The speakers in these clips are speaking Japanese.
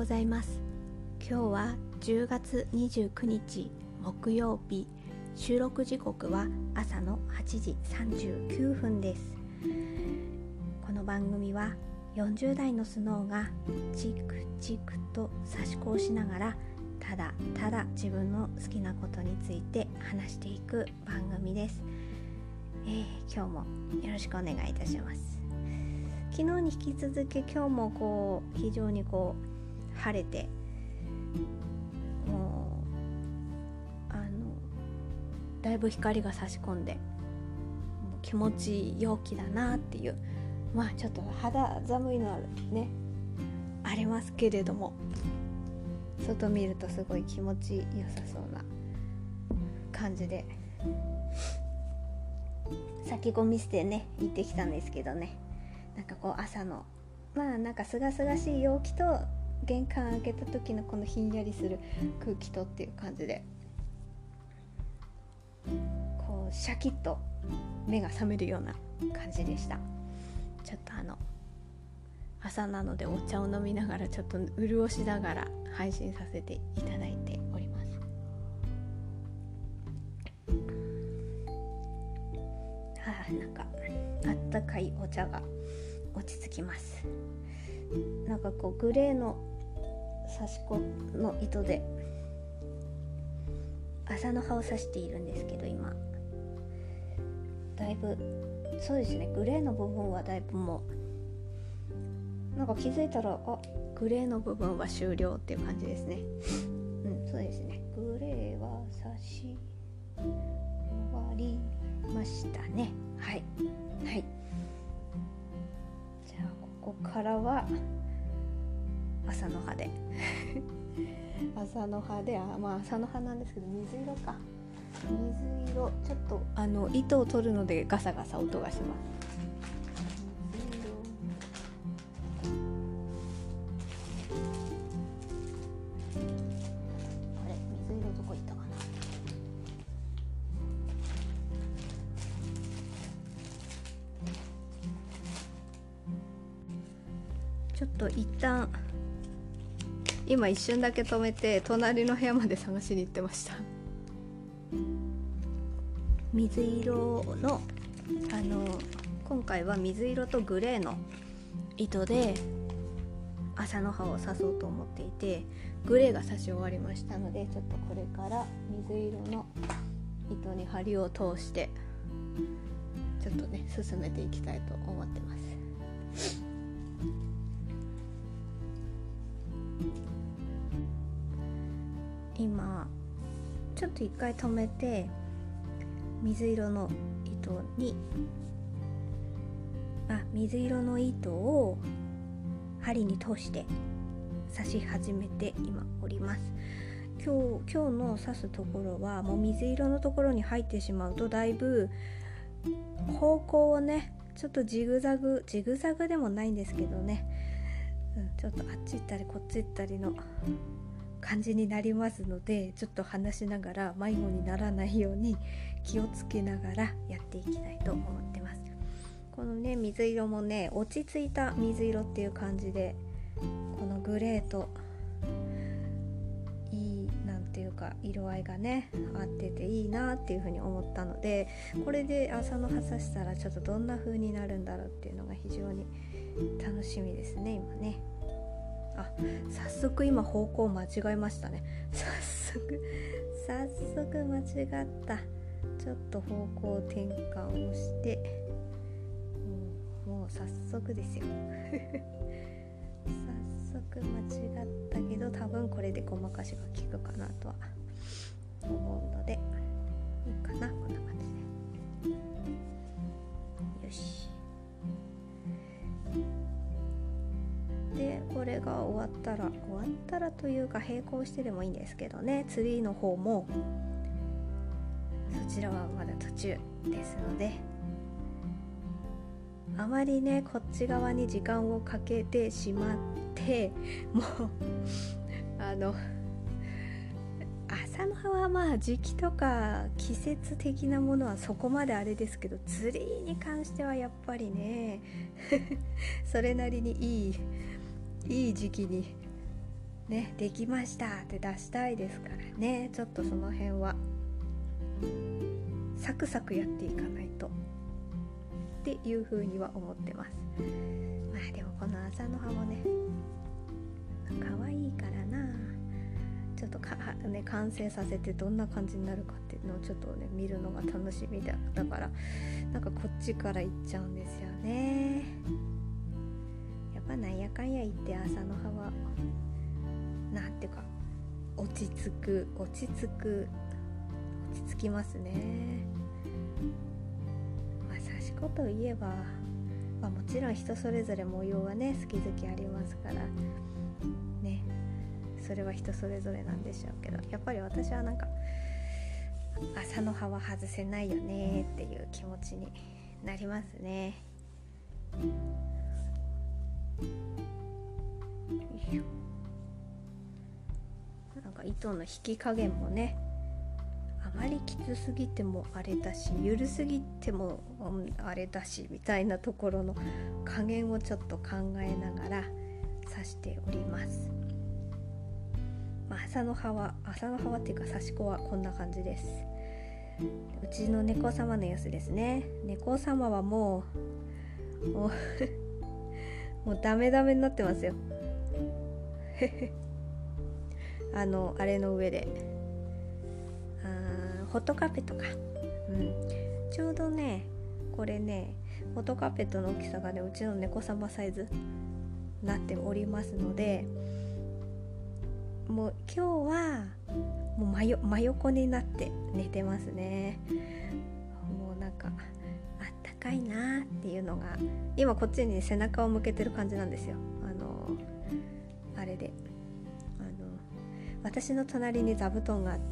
ございます。今日は10月29日木曜日、収録時刻は朝の8時39分です。この番組は40代のスノーがチクチクと差し子をしながらただただ自分の好きなことについて話していく番組です。今日もよろしくお願いいたします。昨日に引き続き今日も非常に晴れて、もうだいぶ光が差し込んで、もう気持ちいい陽気だなっていう、ちょっと肌寒いのはねありますけれども、外見るとすごい気持ちよさそうな感じで、先込みしてね行ってきたんですけどね、朝のすがすがしい陽気と玄関開けた時のこのひんやりする空気とっていう感じで、シャキッと目が覚めるような感じでした。ちょっと朝なのでお茶を飲みながら、ちょっと潤しながら配信させていただいております。あったかいお茶が落ち着きます。グレーの刺し子の糸で麻の葉を刺しているんですけど、今だいぶそうですね、グレーの部分はだいぶもう気づいたらグレーの部分は終了っていう感じですね。そうですね、グレーは刺し終わりましたね。はい、じゃあここからは麻の葉で麻の葉で麻の葉なんですけど、水色ちょっと糸を取るのでガサガサ音がします。水色どこ行ったかな。ちょっと一旦今一瞬だけ止めて隣の部屋まで探しに行ってました。水色の今回は水色とグレーの糸で麻の葉を刺そうと思っていて、グレーが刺し終わりましたので、ちょっとこれから水色の糸に針を通してちょっとね進めていきたいと思ってます。今ちょっと一回止めて、水色の糸を針に通して刺し始めて今おります。今日の刺すところはもう水色のところに入ってしまうと、だいぶ方向をねちょっとジグザグでもないんですけどね、ちょっとあっち行ったりこっち行ったりの感じになりますので、ちょっと話しながら迷子にならないように気をつけながらやっていきたいと思ってます。このね水色もね落ち着いた水色っていう感じで、このグレーといい色合いがね合ってていいなっていう風に思ったので、これで麻の葉刺したらちょっとどんな風になるんだろうっていうのが非常に楽しみですね。今ね早速今方向間違えましたね。早速間違った。ちょっと方向転換をして、もう早速ですよ早速間違ったけど、多分これでごまかしが効くかなとは思うのでいいかな。こんな感じでよし。でこれが終わったらというか並行してでもいいんですけどね、ツリーの方もそちらはまだ途中ですので、あまりねこっち側に時間をかけてしまって、もう朝の葉は時期とか季節的なものはそこまであれですけど、ツリーに関してはやっぱりねそれなりにいい時期にね、できましたって出したいですからね。ちょっとその辺はサクサクやっていかないとっていう風には思ってます。まあでもこの朝の葉もね可愛いからな、ちょっと完成させてどんな感じになるかっていうのをちょっとね見るのが楽しみだからなんかこっちから行っちゃうんですよね。やっぱなんやかんや言って朝の葉はなんていうか落ち着きますね。まあ刺し子といえば、まあ、もちろん人それぞれ模様はね好き好きありますからね、それは人それぞれなんでしょうけど、やっぱり私はなんか朝の葉は外せないよねっていう気持ちになりますね。なんか糸の引き加減もね、あまりきつすぎてもあれだし、ゆるすぎてもあれだしみたいなところの加減をちょっと考えながら刺しております。まあ、朝の葉はっていうか刺し子はこんな感じです。うちの猫様の様子ですね。猫様はもうダメになってますよあれの上でホットカーペットか、ちょうどねこれねホットカーペットの大きさがねうちの猫様サイズになっておりますので、もう今日はもう真横になって寝てますね。もうなんかあったかいなっていうのが今こっちに背中を向けてる感じなんですよ。あれで私の隣に座布団があって、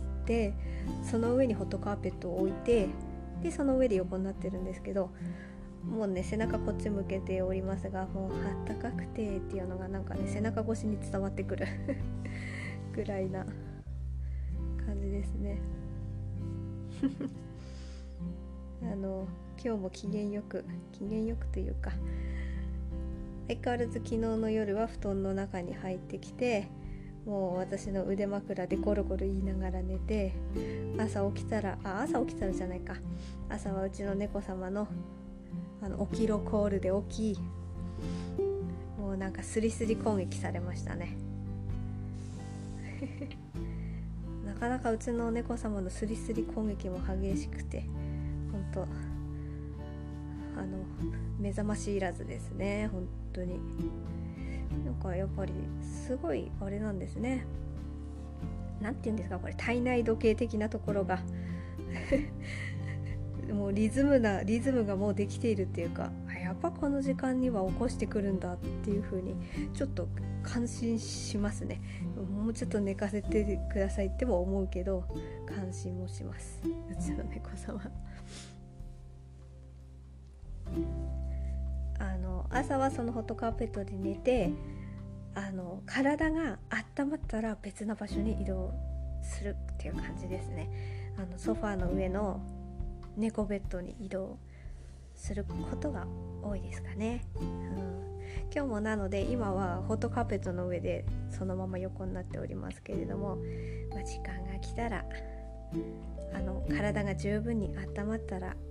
その上にホットカーペットを置いて、でその上で横になってるんですけど、もうね背中こっち向けておりますが、もうあったかくてっていうのがなんかね背中越しに伝わってくるぐらいな感じですね今日も機嫌よくというか、相変わらず昨日の夜は布団の中に入ってきて、もう私の腕枕でゴロゴロ言いながら寝て、朝起きたらじゃないか、朝はうちの猫様の起きろコールで起き、もうなんかスリスリ攻撃されましたねなかなかうちの猫様のスリスリ攻撃も激しくて、本当目覚ましいらずですね。本当になんかやっぱりすごいあれなんですね。なんて言うんですか、これ体内時計的なところがもうリズムがもうできているっていうか、やっぱこの時間には起こしてくるんだっていう風にちょっと感心しますね。もうちょっと寝かせてくださいっても思うけど、感心もします。うちの猫様朝はそのホットカーペットで寝て、体が温まったら別な場所に移動するっていう感じですね。ソファーの上の猫ベッドに移動することが多いですかね。今日もなので今はホットカーペットの上でそのまま横になっておりますけれども、時間が来たら体が十分に温まったら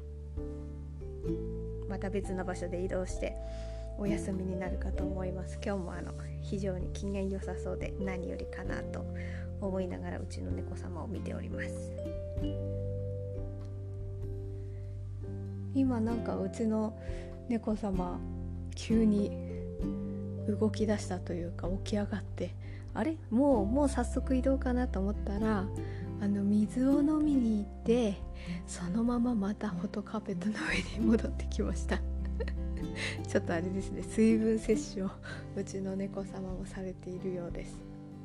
また別の場所で移動してお休みになるかと思います。今日も非常に機嫌良さそうで何よりかなと思いながらうちの猫様を見ております。今なんかうちの猫様急に動き出したというか起き上がって、あれもう早速移動かなと思ったら水を飲みに行ってそのまままたホットカーペットの上に戻ってきましたちょっとあれですね、水分摂取をうちの猫様もされているようです。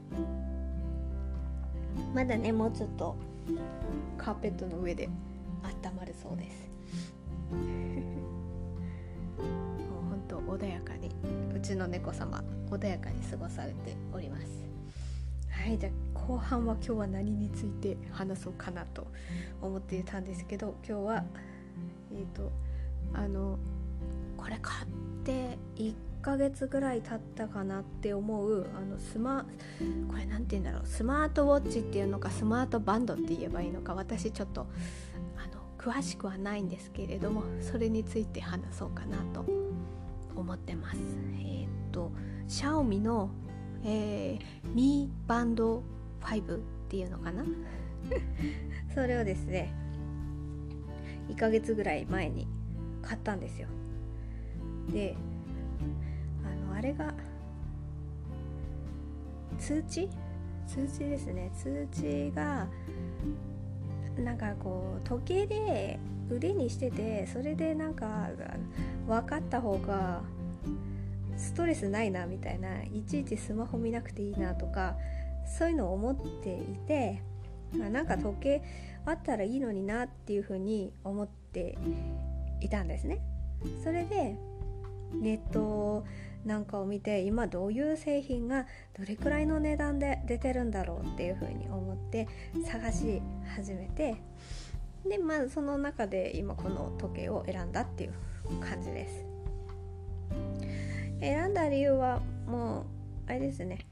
まだねもうちょっとカーペットの上で温まるそうですもうほんと穏やかにうちの猫様穏やかに過ごされております。はい、じゃあ後半は今日は何について話そうかなと思っていたんですけど、今日はこれ買って1 ヶ月ぐらい経ったかなって思うこれなんて言うんだろう、スマートウォッチっていうのかスマートバンドって言えばいいのか、私ちょっと詳しくはないんですけれども、それについて話そうかなと思ってます。シャオミの、ミバンド5っていうのかなそれをですね1ヶ月ぐらい前に買ったんですよ。であれが通知ですね。通知がなんかこう時計で腕にしてて、それでなんか分かった方がストレスないなみたいな、いちいちスマホ見なくていいなとかそういうのを思っていて、なんか時計あったらいいのになっていうふうに思っていたんですね。それでネットなんかを見て、今どういう製品がどれくらいの値段で出てるんだろうっていうふうに思って探し始めて、でその中で今この時計を選んだっていう感じです。選んだ理由はもうあれですね、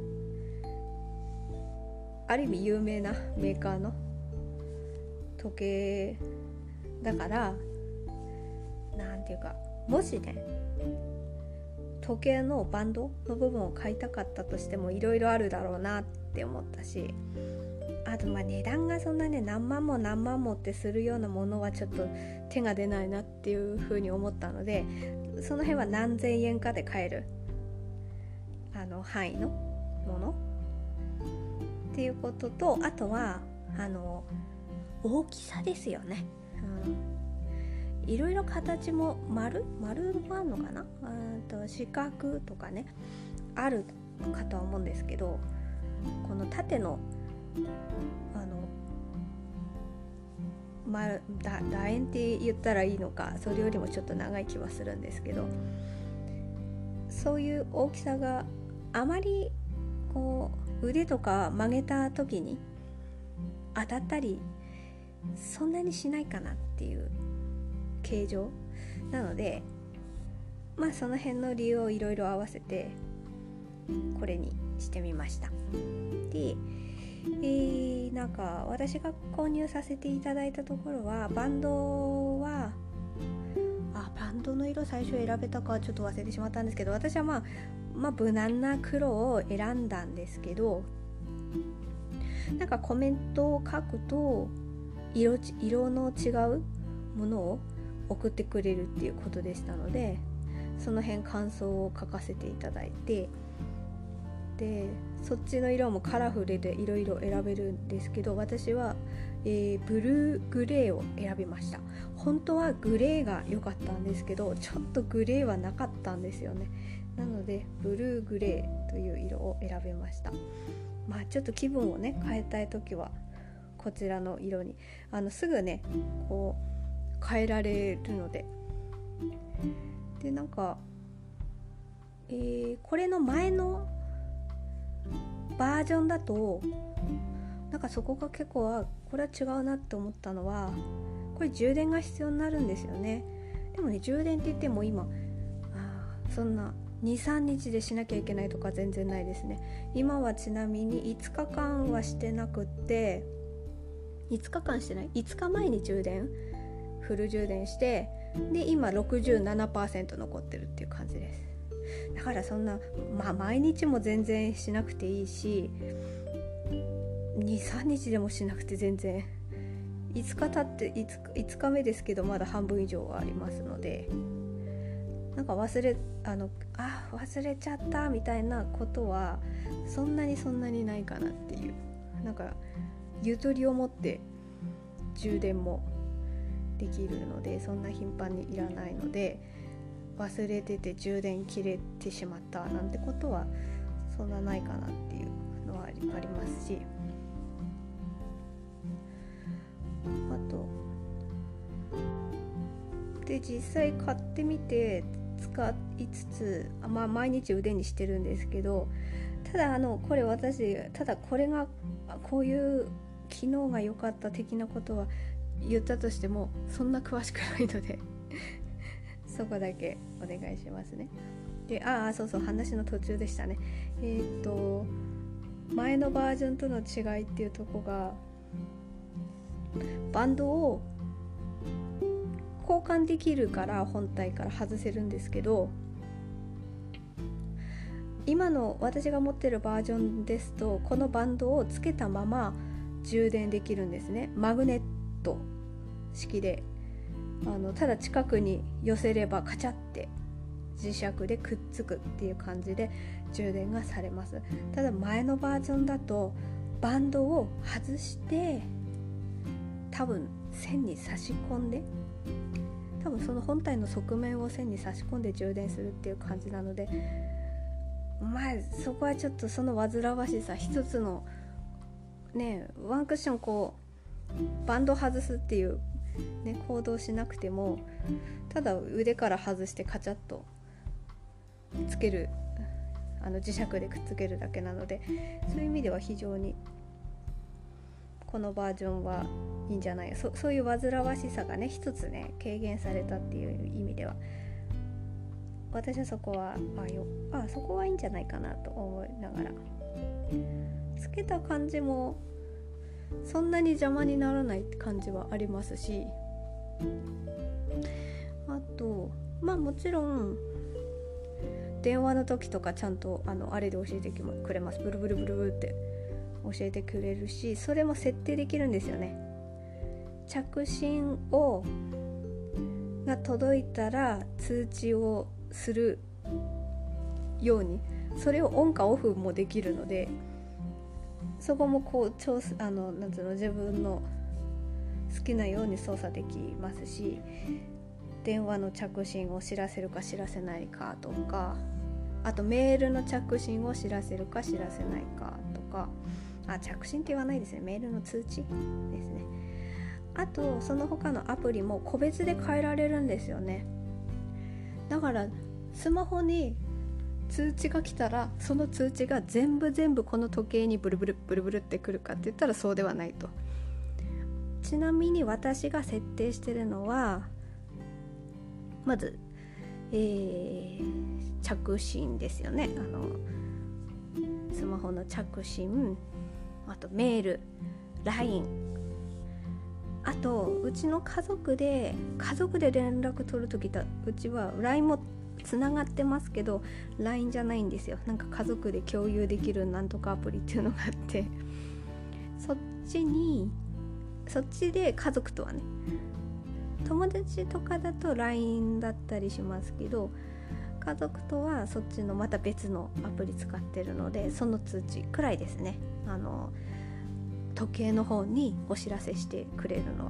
ある意味有名なメーカーの時計だから、なんていうか、もしね時計のバンドの部分を買いたかったとしてもいろいろあるだろうなって思ったし、あと値段がそんなね何万もってするようなものはちょっと手が出ないなっていうふうに思ったので、その辺は何千円かで買える範囲のものっていうことと、あとは大きさですよね。いろいろ形も丸もあるのかな、四角とかねあるかとは思うんですけど、この縦の楕円って言ったらいいのか、それよりもちょっと長い気はするんですけど、そういう大きさがあまりこう腕とか曲げた時に当たったりそんなにしないかなっていう形状なので、その辺の理由をいろいろ合わせてこれにしてみました。で、なんか私が購入させていただいたところは、バンドの色最初選べたかちょっと忘れてしまったんですけど、私は無難な黒を選んだんですけど、なんかコメントを書くと色の違うものを送ってくれるっていうことでしたので、その辺感想を書かせていただいて、でそっちの色もカラフルでいろいろ選べるんですけど、私は、ブルーグレーを選びました。本当はグレーが良かったんですけど、ちょっとグレーはなかったんですよね。なのでブルーグレーという色を選びました。ちょっと気分をね変えたいときはこちらの色にすぐねこう変えられるので、なんか、これの前のバージョンだとなんかそこが結構これは違うなって思ったのは、これ充電が必要になるんですよね。でもね、充電って言っても今そんな 2,3 日でしなきゃいけないとか全然ないですね。今はちなみに5日間はしてなくって、5日間してない、5日前にフル充電して、で今 67% 残ってるっていう感じです。だからそんな毎日も全然しなくていいし、 2,3 日でもしなくて全然、5日経って5日目ですけどまだ半分以上はありますので、なんか忘れちゃったみたいなことはそんなにないかなっていう、なんかゆとりを持って充電もできるので、そんな頻繁にいらないので、忘れてて充電切れてしまったなんてことはそんなないかなっていうのはありますし、あとで実際買ってみて使いつつ、毎日腕にしてるんですけど、ただこれこれがこういう機能が良かった的なことは言ったとしてもそんな詳しくないのでそこだけお願いしますね。 で、そうそう、話の途中でしたね。前のバージョンとの違いっていうとこが、バンドを交換できるから本体から外せるんですけど、今の私が持ってるバージョンですと、このバンドをつけたまま充電できるんですね。マグネット式で、ただ近くに寄せればカチャって磁石でくっつくっていう感じで充電がされます。ただ前のバージョンだとバンドを外して多分線に差し込んで、多分その本体の側面を線に差し込んで充電するっていう感じなので、そこはちょっとその煩わしさ、一つのねワンクッションこうバンド外すっていうね行動しなくても、ただ腕から外してカチャッとつける、磁石でくっつけるだけなので、そういう意味では非常にこのバージョンはいいんじゃない。そういう煩わしさがね一つね軽減されたっていう意味では、私はそこはそこはいいんじゃないかなと思いながら、つけた感じもそんなに邪魔にならない感じはありますし、あともちろん電話の時とかちゃんとあれで教えてくれます。ブルブルブルブルって教えてくれるし、それも設定できるんですよね。着信が届いたら通知をするように、それをオンかオフもできるので、そこもこうなんつうの、自分の好きなように操作できますし、電話の着信を知らせるか知らせないかとか、あとメールの着信を知らせるか知らせないかとか、着信って言わないですね、メールの通知ですね。あとその他のアプリも個別で変えられるんですよね。だからスマホに通知が来たら、その通知が全部この時計にブルブルブルブルってくるかって言ったらそうではないと。ちなみに私が設定してるのは、まず、着信ですよね。スマホの着信、あとメール、LINE、あとうちの家族で連絡取るとき、うちは LINE もつながってますけど LINE じゃないんですよ。なんか家族で共有できるなんとかアプリっていうのがあって、そっちで家族とはね、友達とかだと LINE だったりしますけど、家族とはそっちのまた別のアプリ使ってるので、その通知くらいですね、時計の方にお知らせしてくれるのは、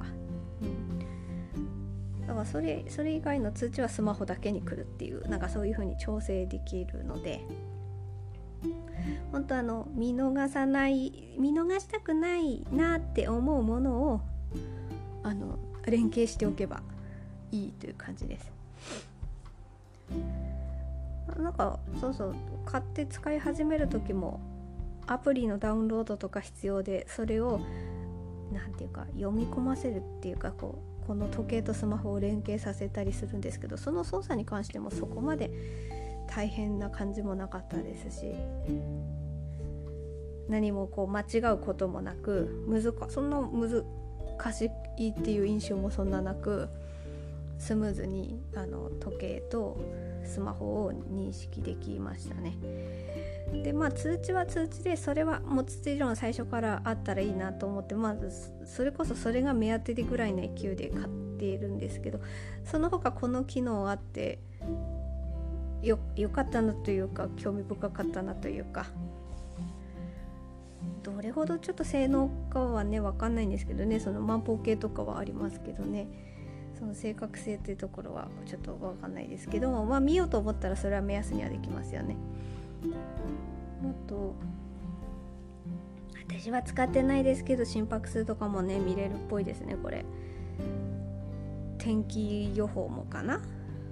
だからそれ以外の通知はスマホだけに来るっていう、なんかそういう風に調整できるので、本当見逃したくないなって思うものを連携しておけばいいという感じです。なんかそう買って使い始める時もアプリのダウンロードとか必要で、それをなんていうか読み込ませるっていうか、この時計とスマホを連携させたりするんですけど、その操作に関してもそこまで大変な感じもなかったですし、何も間違うこともなく、そんな難しいっていう印象もそんななく、スムーズに時計とスマホを認識できましたね。で通知は通知で、それはもちろん最初からあったらいいなと思って、まずそれこそそれが目当てでぐらいの勢いで買っているんですけど、その他この機能あってよかったなというか、興味深かったなというか、どれほどちょっと性能かはね分かんないんですけどね、その万歩計とかはありますけどね、その正確性というところはちょっと分かんないですけども、見ようと思ったらそれは目安にはできますよね。もっと私は使ってないですけど、心拍数とかもね見れるっぽいですね。これ天気予報もかな。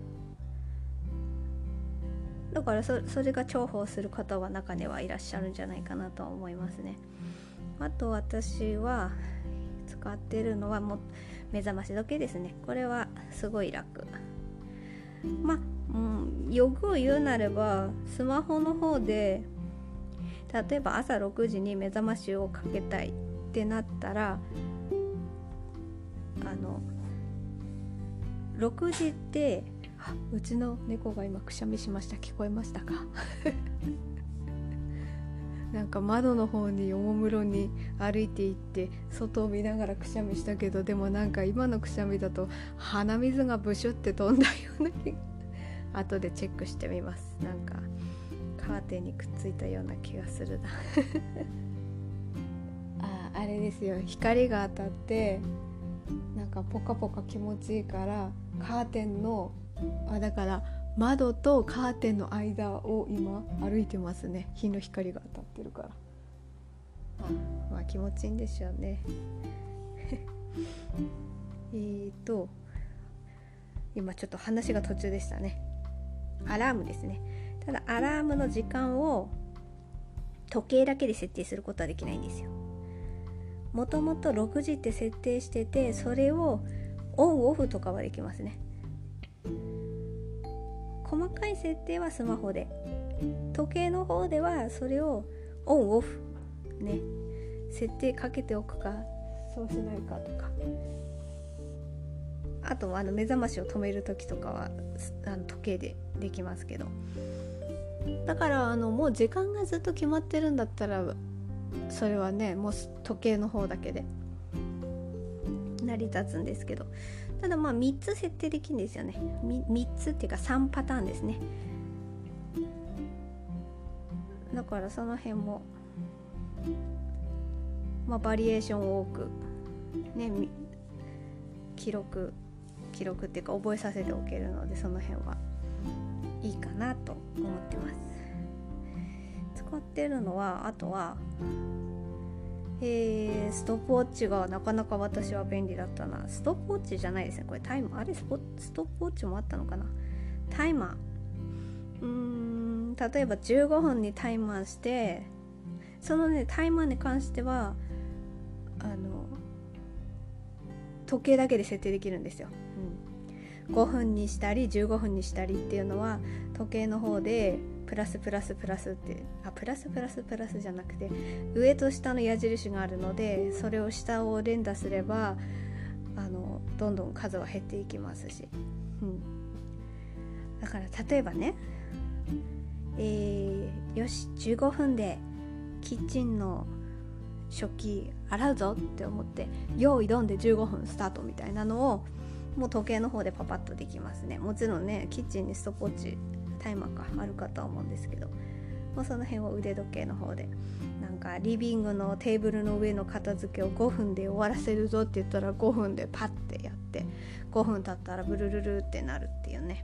だからそれが重宝する方は中にはいらっしゃるんじゃないかなと思いますね。あと私は使ってるのはもう目覚まし時計ですね。これはすごい楽。 欲を言うなればスマホの方で例えば朝6時に目覚ましをかけたいってなったら6時ってうちの猫が今くしゃみしました。聞こえましたかなんか窓の方におもむろに歩いていって外を見ながらくしゃみしたけど、でもなんか今のくしゃみだと鼻水がブシュって飛んだような気が後でチェックしてみます。なんかカーテンにくっついたような気がするなあれですよ、光が当たってなんかポカポカ気持ちいいからカーテンのだから窓とカーテンの間を今歩いてますね。日の光が当たってるから気持ちいいんでしょうね今ちょっと話が途中でしたね。アラームですね。ただアラームの時間を時計だけで設定することはできないんですよ。もともと6時って設定してて、それをオンオフとかはできますね。細かい設定はスマホで、時計の方ではそれをオンオフね、設定かけておくかそうしないかとか、あとは目覚ましを止める時とかは時計でできますけど、だからもう時間がずっと決まってるんだったらそれはねもう時計の方だけで成り立つんですけど、ただ3つ設定できるんですよね。3つっていうか3パターンですね。だからその辺もバリエーションを多くね記録っていうか覚えさせておけるので、その辺はいいかなと思ってます。使ってるのはあとはストップウォッチがなかなか私は便利だったな。ストップウォッチじゃないですね、これタイマー。ストップウォッチもあったのかな。タイマー、例えば15分にタイマーして、そのねタイマーに関しては時計だけで設定できるんですよ、5分にしたり15分にしたりっていうのは時計の方でプラスプラスプラスってプラスプラスプラスじゃなくて上と下の矢印があるので、それを下を連打すればどんどん数は減っていきますし、だから例えばね、よし15分でキッチンの食器洗うぞって思って用意ドンで15分スタートみたいなのをもう時計の方でパパッとできますね。もちろんねキッチンにストップウォッチタイマーかあるかとは思うんですけど、もうその辺を腕時計の方でなんかリビングのテーブルの上の片付けを5分で終わらせるぞって言ったら5分でパッてやって5分経ったらブルルルってなるっていうね。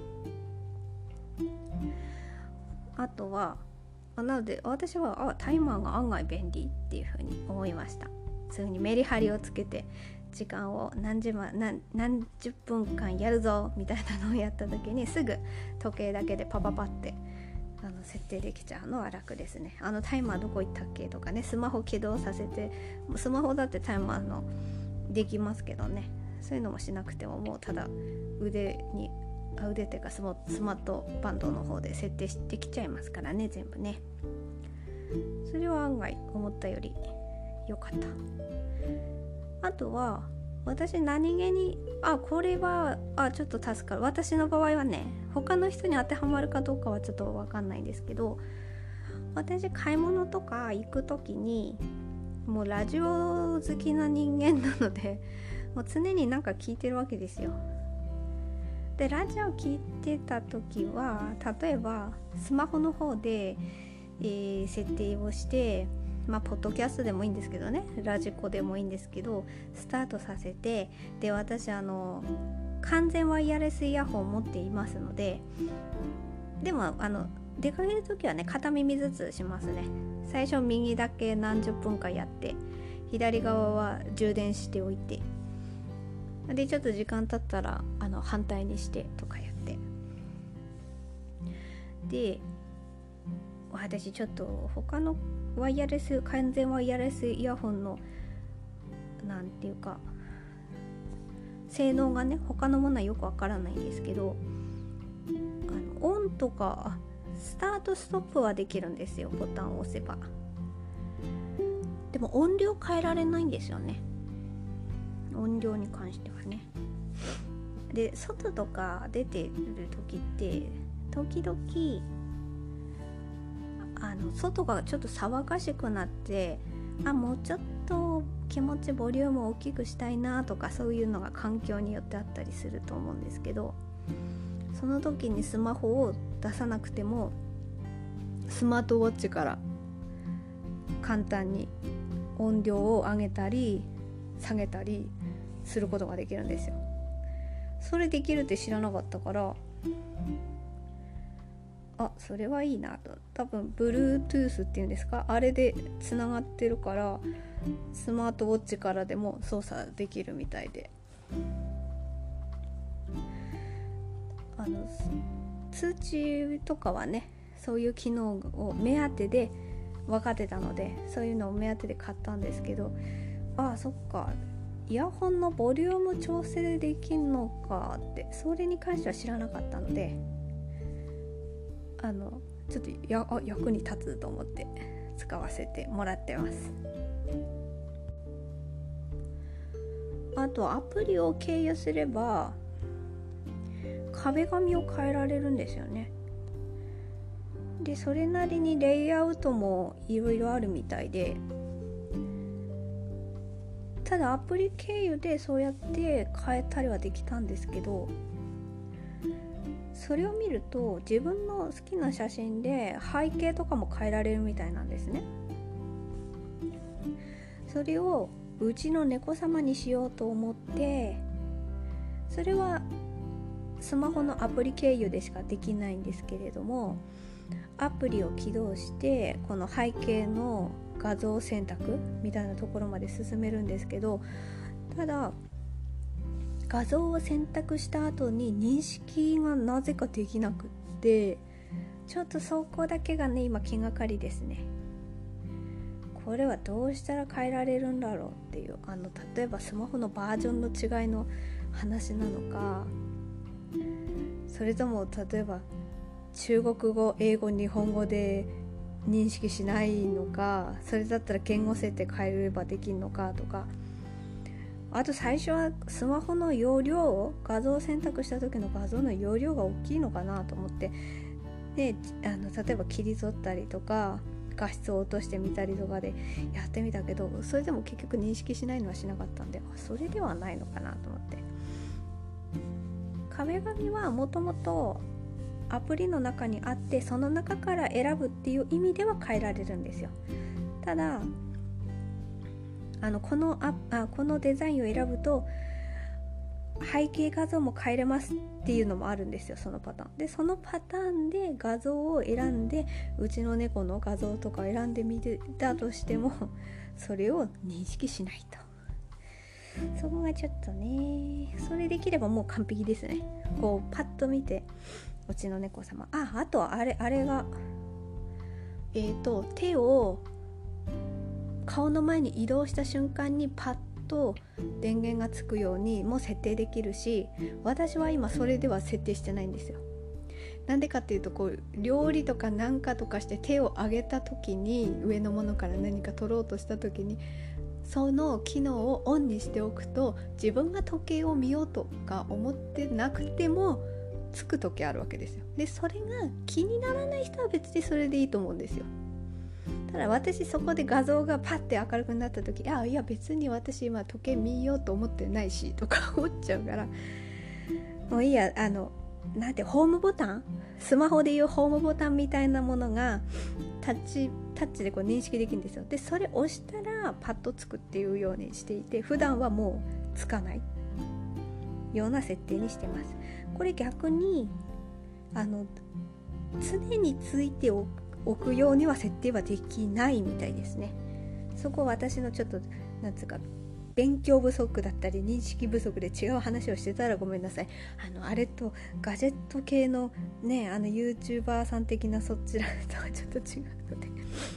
あとはなので私はタイマーが案外便利っていう風に思いました。そういう風にメリハリをつけて時間を何十分間やるぞみたいなのをやった時にすぐ時計だけでパパパって設定できちゃうのは楽ですね。タイマーどこ行ったっけとかね、スマホ起動させて、スマホだってタイマーのできますけどね、そういうのもしなくてももうただ腕っていうかスマートバンドの方で設定できちゃいますからね、全部ね。それは案外思ったより良かった。あとは私何気にこれはちょっと助かる。私の場合はね、他の人に当てはまるかどうかはちょっと分かんないんですけど、私買い物とか行く時にもうラジオ好きな人間なのでもう常になんか聞いてるわけですよ。でラジオ聞いてた時は例えばスマホの方で、設定をしてポッドキャストでもいいんですけどね、ラジコでもいいんですけどスタートさせて、で私完全ワイヤレスイヤホンを持っていますので、でも出かけるときはね片耳ずつしますね。最初右だけ何十分かやって左側は充電しておいて、でちょっと時間経ったら反対にしてとかやって、で私ちょっと他の完全ワイヤレスイヤホンのなんていうか性能がね他のものはよくわからないんですけど、 オンとかスタートストップはできるんですよ、ボタンを押せば。でも音量変えられないんですよね、音量に関してはね。で外とか出てる時って時々外がちょっと騒がしくなって、もうちょっと気持ちボリュームを大きくしたいなとか、そういうのが環境によってあったりすると思うんですけど、その時にスマホを出さなくてもスマートウォッチから簡単に音量を上げたり下げたりすることができるんですよ。それできるって知らなかったから、それはいいなと。多分 Bluetooth っていうんですか、あれでつながってるからスマートウォッチからでも操作できるみたいで、通知とかはね、そういう機能を目当てで分かってたので、そういうのを目当てで買ったんですけど、そっか、イヤホンのボリューム調整できんのかって、それに関しては知らなかったので、ちょっと役に立つと思って使わせてもらってます。あとアプリを経由すれば壁紙を変えられるんですよね。でそれなりにレイアウトもいろいろあるみたいで、ただアプリ経由でそうやって変えたりはできたんですけど、それを見ると自分の好きな写真で背景とかも変えられるみたいなんですね。それをうちの猫様にしようと思って、それはスマホのアプリ経由でしかできないんですけれども、アプリを起動してこの背景の画像選択みたいなところまで進めるんですけど、ただ画像を選択した後に認識がなぜかできなくって、ちょっとそこだけがね今気がかりですね。これはどうしたら変えられるんだろうっていう、例えばスマホのバージョンの違いの話なのか、それとも例えば中国語、英語、日本語で認識しないのか、それだったら言語設定変えればできるのかとか、あと最初はスマホの容量、画像を選択した時の画像の容量が大きいのかなと思って、で例えば切り取ったりとか画質を落としてみたりとかでやってみたけど、それでも結局認識しないのはしなかったんで、それではないのかなと思って。壁紙はもともとアプリの中にあって、その中から選ぶっていう意味では変えられるんですよ。ただこのデザインを選ぶと背景画像も変えれますっていうのもあるんですよ、そのパターンで。そのパターンで画像を選んで、うちの猫の画像とかを選んでみたとしてもそれを認識しないと。そこがちょっとね、それできればもう完璧ですね。こうパッと見て、うちの猫様、あとはあれが手を顔の前に移動した瞬間にパッと電源がつくようにも設定できるし、私は今それでは設定してないんですよ。なんでかっていうと、こう料理とかなんかとかして手を上げた時に、上のものから何か取ろうとした時にその機能をオンにしておくと、自分が時計を見ようとか思ってなくてもつく時あるわけですよ。でそれが気にならない人は別にそれでいいと思うんですよ。ただ私そこで画像がパッて明るくなった時、いや別に私今時計見ようと思ってないしとか思っちゃうから、もういいや、なんてホームボタン、スマホでいうホームボタンみたいなものがタッチでこう認識できるんですよ。でそれ押したらパッとつくっていうようにしていて、普段はもうつかないような設定にしてます。これ逆に常についておくようには設定はできないみたいですね。そこは私のちょっとなんつうか勉強不足だったり認識不足で違う話をしてたらごめんなさい。あれとガジェット系のね、YouTuber さん的なそちらとはちょっと違うので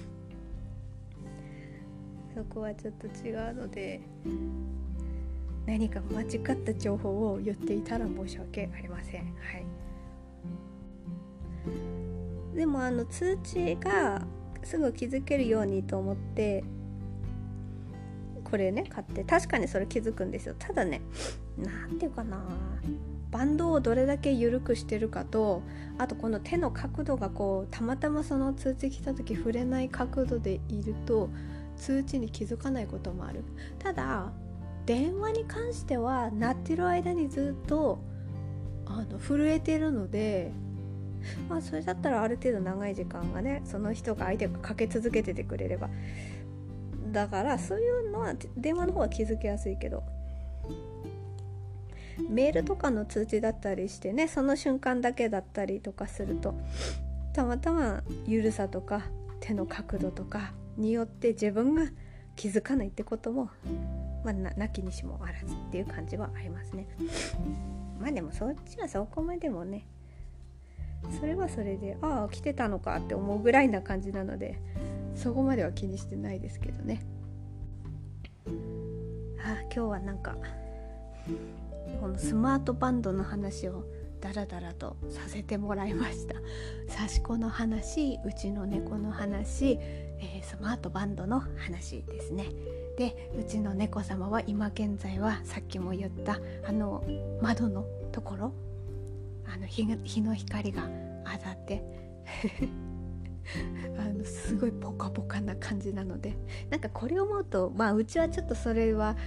そこはちょっと違うので、何か間違った情報を言っていたら申し訳ありません。はい。 でも通知がすぐ気づけるようにと思ってこれね買って、確かにそれ気づくんですよ。ただね、なんていうかな、バンドをどれだけ緩くしてるかと、あとこの手の角度がこうたまたまその通知来た時触れない角度でいると通知に気づかないこともある。ただ電話に関しては鳴ってる間にずっと震えてるので、それだったらある程度長い時間がね、その人が相手がかけ続けててくれれば、だからそういうのは電話の方が気づきやすいけど、メールとかの通知だったりしてね、その瞬間だけだったりとかすると、たまたま緩さとか手の角度とかによって自分が気づかないってことも、なきにしもあらずっていう感じはありますね。でもそっちはそこまでもね、それはそれで来てたのかって思うぐらいな感じなので、そこまでは気にしてないですけどね。今日はなんかこのスマートバンドの話をダラダラとさせてもらいました。刺し子の話、うちの猫の話、スマートバンドの話ですね。で、うちの猫様は今現在はさっきも言った窓のところ、日の光が当たってすごいポカポカな感じなので、なんかこれを思うと、うちはちょっとそれは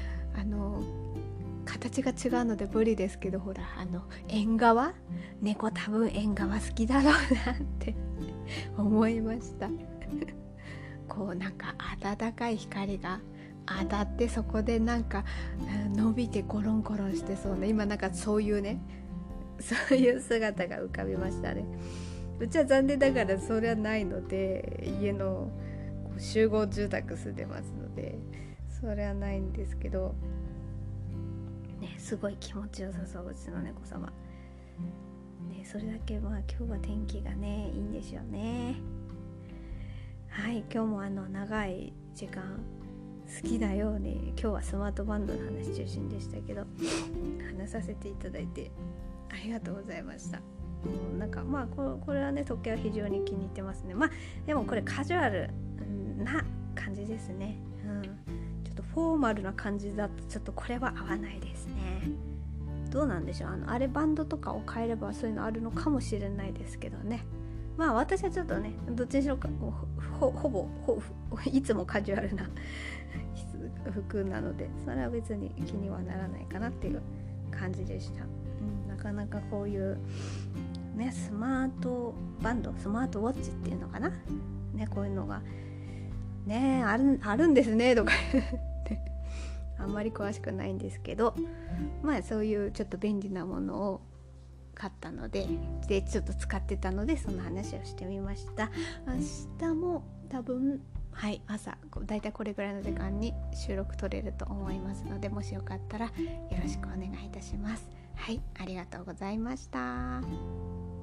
形が違うので無理ですけど、ほら縁側、猫多分縁側好きだろうなって思いましたこうなんか暖かい光が当たって、そこでなんか伸びてコロンコロンしてそうね、今なんかそういうね、そういう姿が浮かびましたね。うちは残念ながらそれはないので、家の集合住宅住んでますのでそれはないんですけどね、すごい気持ちよさそう、うちの猫様ね。それだけ今日は天気がねいいんでしょうね。はい、今日も長い時間好きなように今日はスマートバンドの話中心でしたけど話させていただいてありがとうございました。なんかこれはね、時計は非常に気に入ってますね。でもこれカジュアルな感じですね。ちょっとフォーマルな感じだとちょっとこれは合わないですね。どうなんでしょう、あれバンドとかを変えればそういうのあるのかもしれないですけどね。私はちょっとね、どっちにしろほぼいつもカジュアルな服なので、それは別に気にはならないかなっていう感じでした。なかなかこういうね、スマートバンド、スマートウォッチっていうのかなね、こういうのがねあるんですねとかってあんまり詳しくないんですけど、そういうちょっと便利なものを買ったのでちょっと使ってたので、その話をしてみました。明日も多分朝だいたいこれぐらいの時間に収録取れると思いますので、もしよかったらよろしくお願いいたします。ありがとうございました。